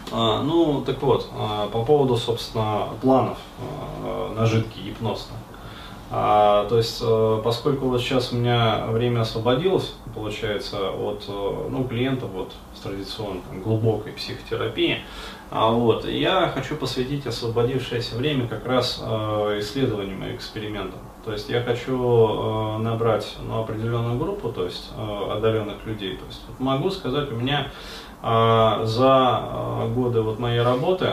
Ну, так вот, по поводу, собственно, планов на жидкий гипноз. То есть, поскольку вот сейчас у меня время освободилось, получается, от ну, клиентов вот, с традиционной глубокой психотерапии, вот, я хочу посвятить освободившееся время как раз исследованиям и экспериментам. То есть я хочу набрать определенную группу, то есть одаренных людей. То есть вот могу сказать, у меня за годы вот моей работы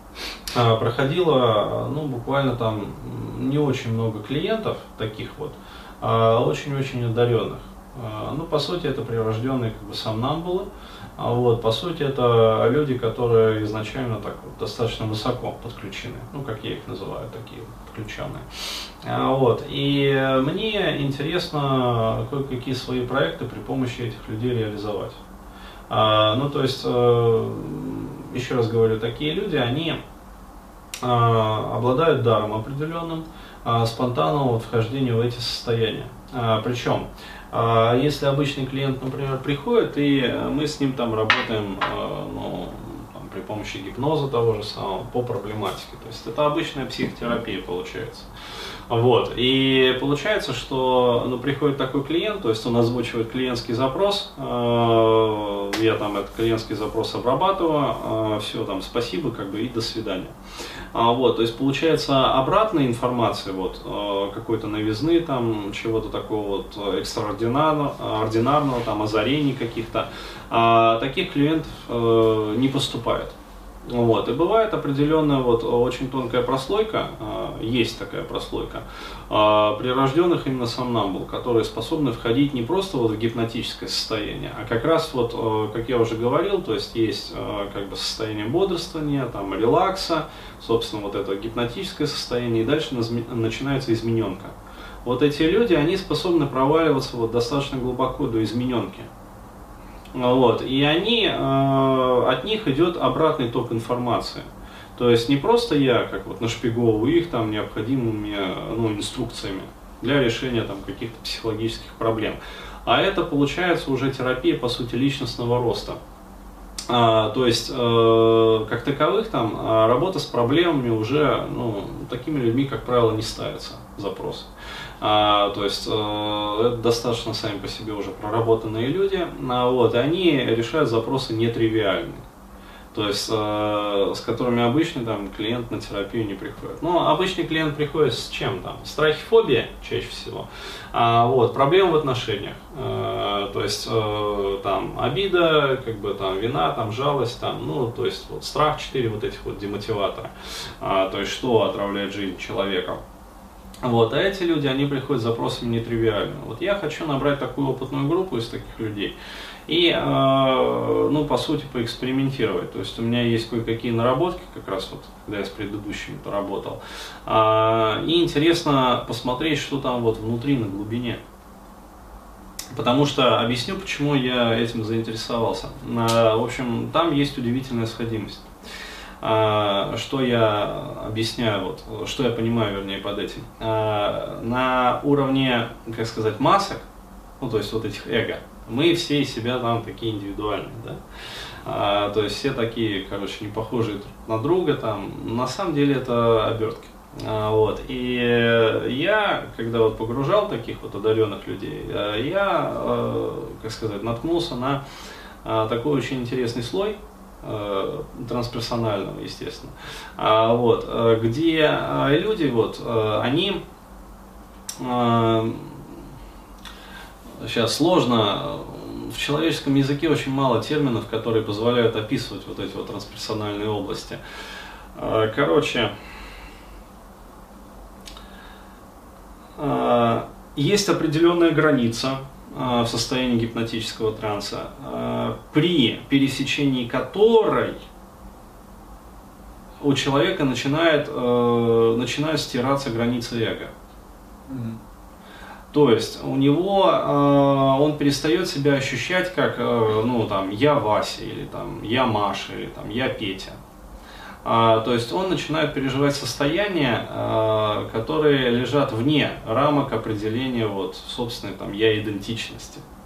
проходило, ну, буквально там не очень много клиентов таких вот, очень-очень одаренных. Ну, по сути, это прирожденные как бы сомнамбулы. Вот, по сути, это люди, которые изначально так вот, достаточно высоко подключены, ну, как я их называю, такие подключенные. Вот, и мне интересно кое-какие свои проекты при помощи этих людей реализовать. Ну, то есть, еще раз говорю, такие люди, они обладают даром определенным, спонтанного вхождения в эти состояния. Причем, если обычный клиент, например, приходит, и мы с ним там работаем, ну, там, при помощи гипноза того же самого по проблематике, то есть это обычная психотерапия получается. Вот. И получается, что ну, приходит такой клиент, то есть он озвучивает клиентский запрос, я там этот клиентский запрос обрабатываю, все, там, спасибо, как бы, и до свидания. Вот, то есть получается обратная информация, вот, какой-то новизны, там, чего-то такого вот экстраординарного, там, озарений каких-то, таких клиентов не поступает. Вот. И бывает определенная вот очень тонкая прослойка, есть такая прослойка, прирожденных именно сомнамбул, которые способны входить не просто вот в гипнотическое состояние, а как раз вот, как я уже говорил, то есть как бы состояние бодрствования, там, релакса, собственно вот это гипнотическое состояние, и дальше начинается измененка. Вот эти люди, они способны проваливаться вот достаточно глубоко до измененки. Вот, и они, от них идет обратный ток информации. То есть не просто я как вот нашпиговываю их там необходимыми инструкциями для решения там каких-то психологических проблем, а это получается уже терапия по сути личностного роста. То есть как таковых там работа с проблемами уже такими людьми, как правило, не ставится запросы. То есть это достаточно сами по себе уже проработанные люди, вот, и они решают запросы нетривиальные, то есть с которыми обычный там клиент на терапию не приходит. Но обычный клиент приходит с чем там? Страхи, фобия чаще всего, вот, проблемы в отношениях, то есть там обида, как бы там вина, там жалость, там, ну, то есть вот страх, 4 вот этих вот демотиватора, то есть что отравляет жизнь человека. Вот, а эти люди, они приходят с запросами нетривиальными. Вот я хочу набрать такую опытную группу из таких людей и, ну, по сути, поэкспериментировать. То есть у меня есть кое-какие наработки, как раз вот, когда я с предыдущими поработал. И интересно посмотреть, что там вот внутри, на глубине. Потому что, объясню, почему я этим заинтересовался. В общем, там есть удивительная сходимость. Что я объясняю, вот, что я понимаю, вернее, под этим. На уровне, как сказать, масок, ну, то есть вот этих эго, мы все из себя там такие индивидуальные, да? То есть все такие, короче, не похожие друг на друга, там, на самом деле это обертки. Вот. И я, когда вот погружал таких вот одаренных людей, я, как сказать, наткнулся на такой очень интересный слой, трансперсонального, естественно, вот, где люди, вот, они, сейчас сложно, в человеческом языке очень мало терминов, которые позволяют описывать вот эти вот трансперсональные области. Короче, есть определенная граница в состоянии гипнотического транса, при пересечении которой у человека начинают стираться границы эго. То есть у него он перестает себя ощущать как там, я Вася, или там, я Маша, или там, я Петя. То есть он начинает переживать состояния, которые лежат вне рамок определения вот, собственной там, я-идентичности.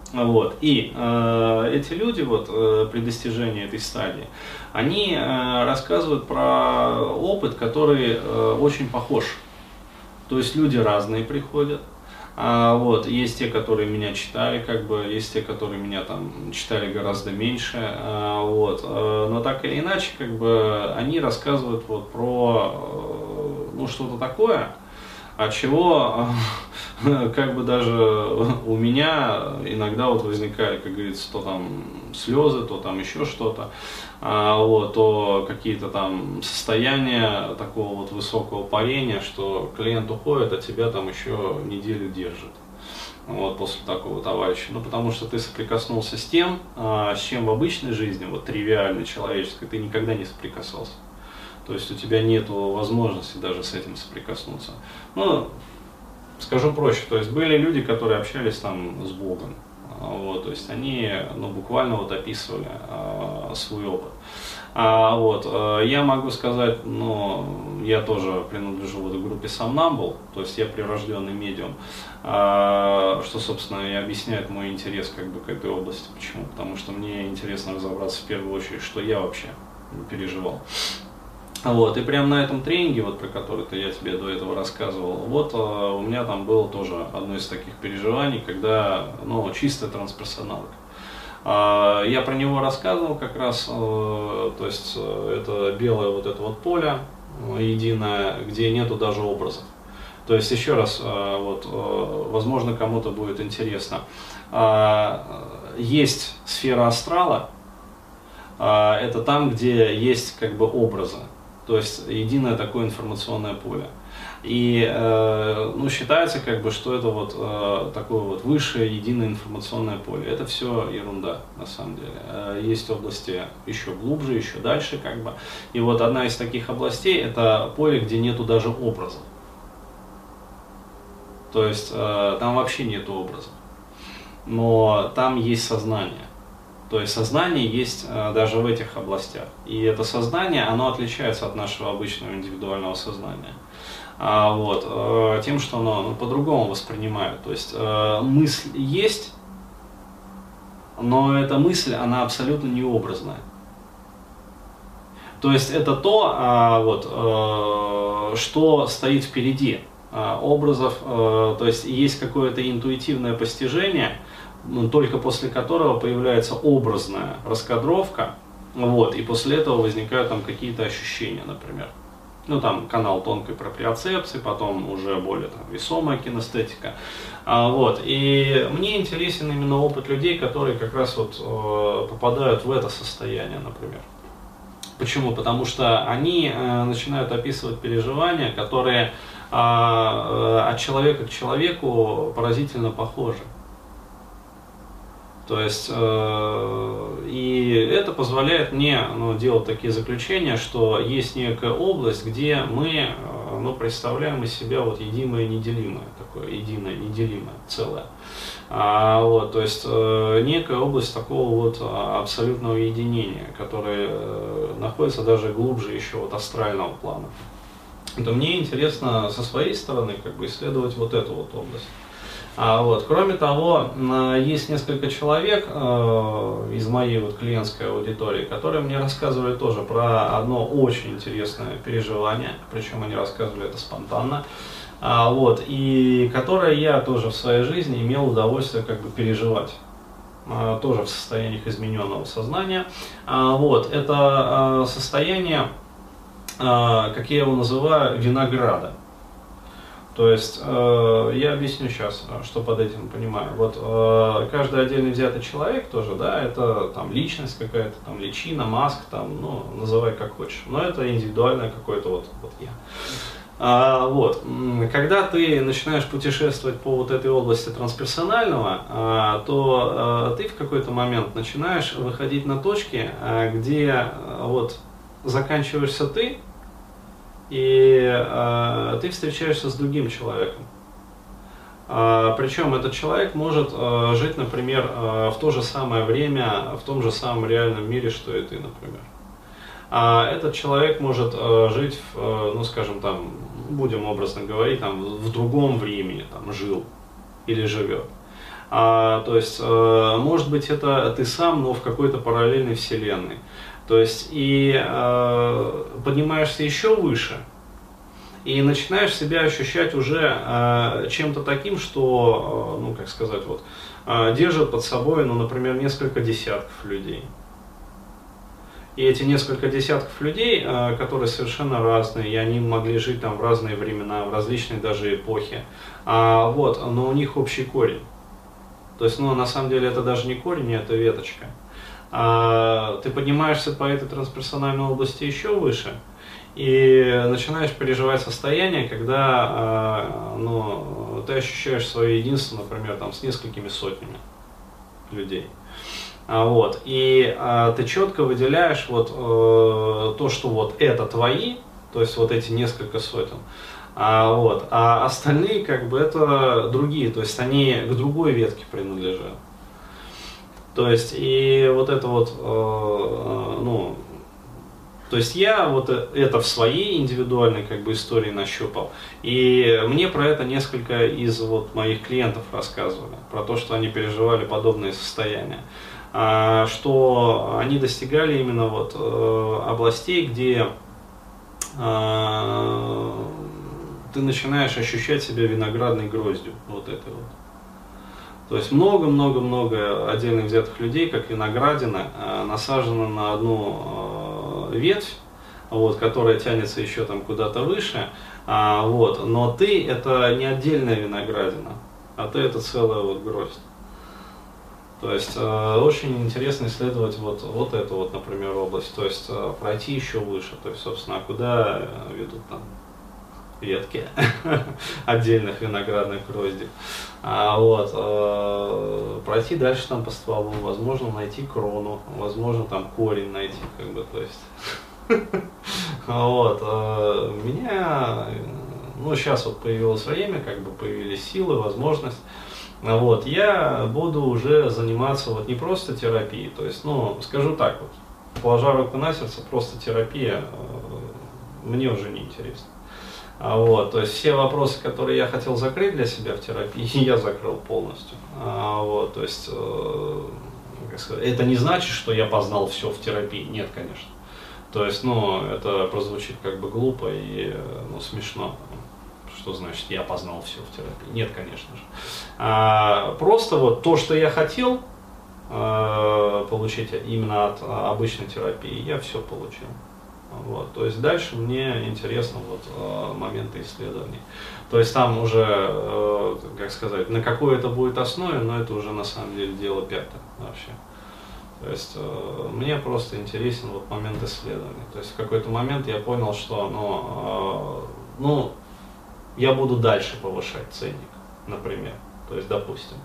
Вот. И эти люди вот, при достижении этой стадии, они рассказывают про опыт, который очень похож. То есть люди разные приходят. Вот, есть те, которые меня читали, как бы, есть те, которые меня там читали гораздо меньше, вот, но так или иначе, как бы, они рассказывают вот про, ну, что-то такое, от чего, как бы, даже у меня иногда вот возникали, как говорится, то там слезы, то там еще что-то, вот, то какие-то там состояния такого вот высокого парения, что клиент уходит, а тебя там еще неделю держит. Вот, после такого товарища. Ну, потому что ты соприкоснулся с тем, с чем в обычной жизни, вот тривиальной, человеческой, ты никогда не соприкасался. То есть у тебя нет возможности даже с этим соприкоснуться. Ну, скажу проще, то есть были люди, которые общались там с Богом. Вот, то есть они, ну, буквально вот описывали свой опыт. Вот, я могу сказать, ну, я тоже принадлежу вот к группе Somnambul, то есть я прирожденный медиум, что, собственно, и объясняет мой интерес как бы к этой области. Почему? Потому что мне интересно разобраться в первую очередь, что я вообще переживал. Вот, и прямо на этом тренинге, вот про который-то я тебе до этого рассказывал, вот у меня там было тоже одно из таких переживаний, когда, ну, чистая трансперсоналка. Я про него рассказывал как раз, то есть это белое вот это вот поле единое, где нету даже образов. То есть еще раз, вот, возможно, кому-то будет интересно, есть сфера астрала, это там, где есть как бы образы. То есть единое такое информационное поле. И ну, считается, как бы, что это вот такое вот высшее единое информационное поле. Это все ерунда, на самом деле. Есть области еще глубже, еще дальше, как бы. И вот одна из таких областей — это поле, где нету даже образов. То есть там вообще нету образов. Но там есть сознание. То есть сознание есть даже в этих областях. И это сознание, оно отличается от нашего обычного индивидуального сознания. Вот, тем, что оно, ну, по-другому воспринимает. То есть мысль есть, но эта мысль, она абсолютно не образная. То есть это то, вот, что стоит впереди образов, то есть есть какое-то интуитивное постижение, только после которого появляется образная раскадровка, вот, и после этого возникают там какие-то ощущения, например. Ну, там канал тонкой проприоцепции, потом уже более там весомая кинестетика. Вот, и мне интересен именно опыт людей, которые как раз вот попадают в это состояние, например. Почему? Потому что они начинают описывать переживания, которые от человека к человеку поразительно похожи. То есть, и это позволяет мне, ну, делать такие заключения, что есть некая область, где мы, ну, представляем из себя вот единое и неделимое, такое единое, неделимое, целое. Вот, то есть некая область такого вот абсолютного единения, которое находится даже глубже еще вот астрального плана. То мне интересно со своей стороны как бы исследовать вот эту вот область. Вот. Кроме того, есть несколько человек из моей вот клиентской аудитории, которые мне рассказывали тоже про одно очень интересное переживание, причем они рассказывали это спонтанно, вот, и которое я тоже в своей жизни имел удовольствие как бы переживать, тоже в состояниях измененного сознания. Вот. Это состояние, как я его называю, винограда. То есть, я объясню сейчас, что под этим понимаю. Вот каждый отдельно взятый человек тоже, да, это там личность какая-то, там личина, маск, там, ну, называй как хочешь. Но это индивидуальное какое-то вот я. Вот. Когда ты начинаешь путешествовать по вот этой области трансперсонального, то ты в какой-то момент начинаешь выходить на точки, где вот заканчиваешься ты, и ты встречаешься с другим человеком. Причем этот человек может жить, например, в то же самое время, в том же самом реальном мире, что и ты, например. Этот человек может жить, ну, скажем, там, будем образно говорить, там, в другом времени, там, жил или живет. То есть, может быть, это ты сам, но в какой-то параллельной вселенной. То есть, и поднимаешься еще выше, и начинаешь себя ощущать уже чем-то таким, что, ну, как сказать, вот, держит под собой, ну, например, несколько десятков людей. И эти несколько десятков людей, которые совершенно разные, и они могли жить там в разные времена, в различные даже эпохи, вот, но у них общий корень. То есть, ну, на самом деле это даже не корень, это веточка. Ты поднимаешься по этой трансперсональной области еще выше, и начинаешь переживать состояние, когда ну, ты ощущаешь свое единство, например, там, с несколькими сотнями людей. Вот, и ты четко выделяешь вот, то, что вот это твои, то есть вот эти несколько сотен, вот, а остальные как бы это другие, то есть они к другой ветке принадлежат. То есть и вот это вот, ну, то есть я вот это в своей индивидуальной как бы истории нащупал, и мне про это несколько из вот моих клиентов рассказывали, про то, что они переживали подобные состояния, что они достигали именно вот областей, где ты начинаешь ощущать себя виноградной гроздью, вот этой вот. То есть много-много-много отдельно взятых людей, как виноградина, насажено на одну ветвь, вот, которая тянется еще там куда-то выше, вот, но ты это не отдельная виноградина, а ты это целая вот гроздь. То есть очень интересно исследовать вот эту вот, например, область, то есть пройти еще выше, то есть, собственно, куда ведут там ветки отдельных виноградных гроздей. Вот, пройти дальше там по стволу, возможно найти крону, возможно там корень найти, как бы, то есть. Вот, меня, ну, сейчас вот появилось время, как бы появились силы, возможность. Вот, я буду уже заниматься вот не просто терапией, то есть, ну, скажу так вот, положа руку на сердце, просто терапия мне уже не интересна. Вот, то есть все вопросы, которые я хотел закрыть для себя в терапии, я закрыл полностью. Вот, то есть, как сказать, это не значит, что я познал все в терапии, нет, конечно. То есть, ну, это прозвучит как бы глупо и, ну, смешно. Что значит я познал все в терапии? Нет, конечно же. Просто вот то, что я хотел получить именно от обычной терапии, я все получил. Вот, то есть дальше мне интересно вот моменты исследований. То есть там уже, как сказать, на какой это будет основе, но это уже на самом деле дело пятое вообще. То есть мне просто интересен вот момент исследований. То есть в какой-то момент я понял, что ну, я буду дальше повышать ценник, например, то есть допустим.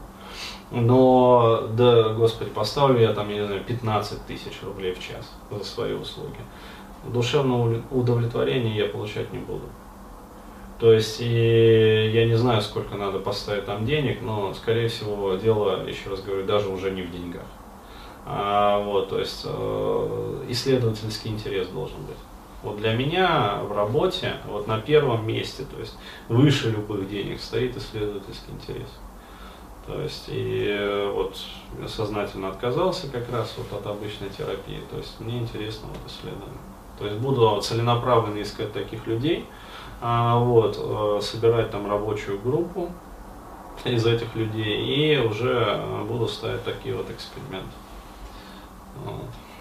Но, да, господи, поставлю я там, я не знаю, 15 тысяч рублей в час за свои услуги. Душевного удовлетворения я получать не буду. То есть, и я не знаю, сколько надо поставить там денег, но, скорее всего, дело, еще раз говорю, даже уже не в деньгах. Вот, то есть, исследовательский интерес должен быть. Вот для меня в работе, вот на первом месте, то есть, выше любых денег стоит исследовательский интерес. То есть, и вот я сознательно отказался как раз вот от обычной терапии, то есть, мне интересно вот исследование. То есть буду целенаправленно искать таких людей, вот, собирать там рабочую группу из этих людей и уже буду ставить такие вот эксперименты. Вот.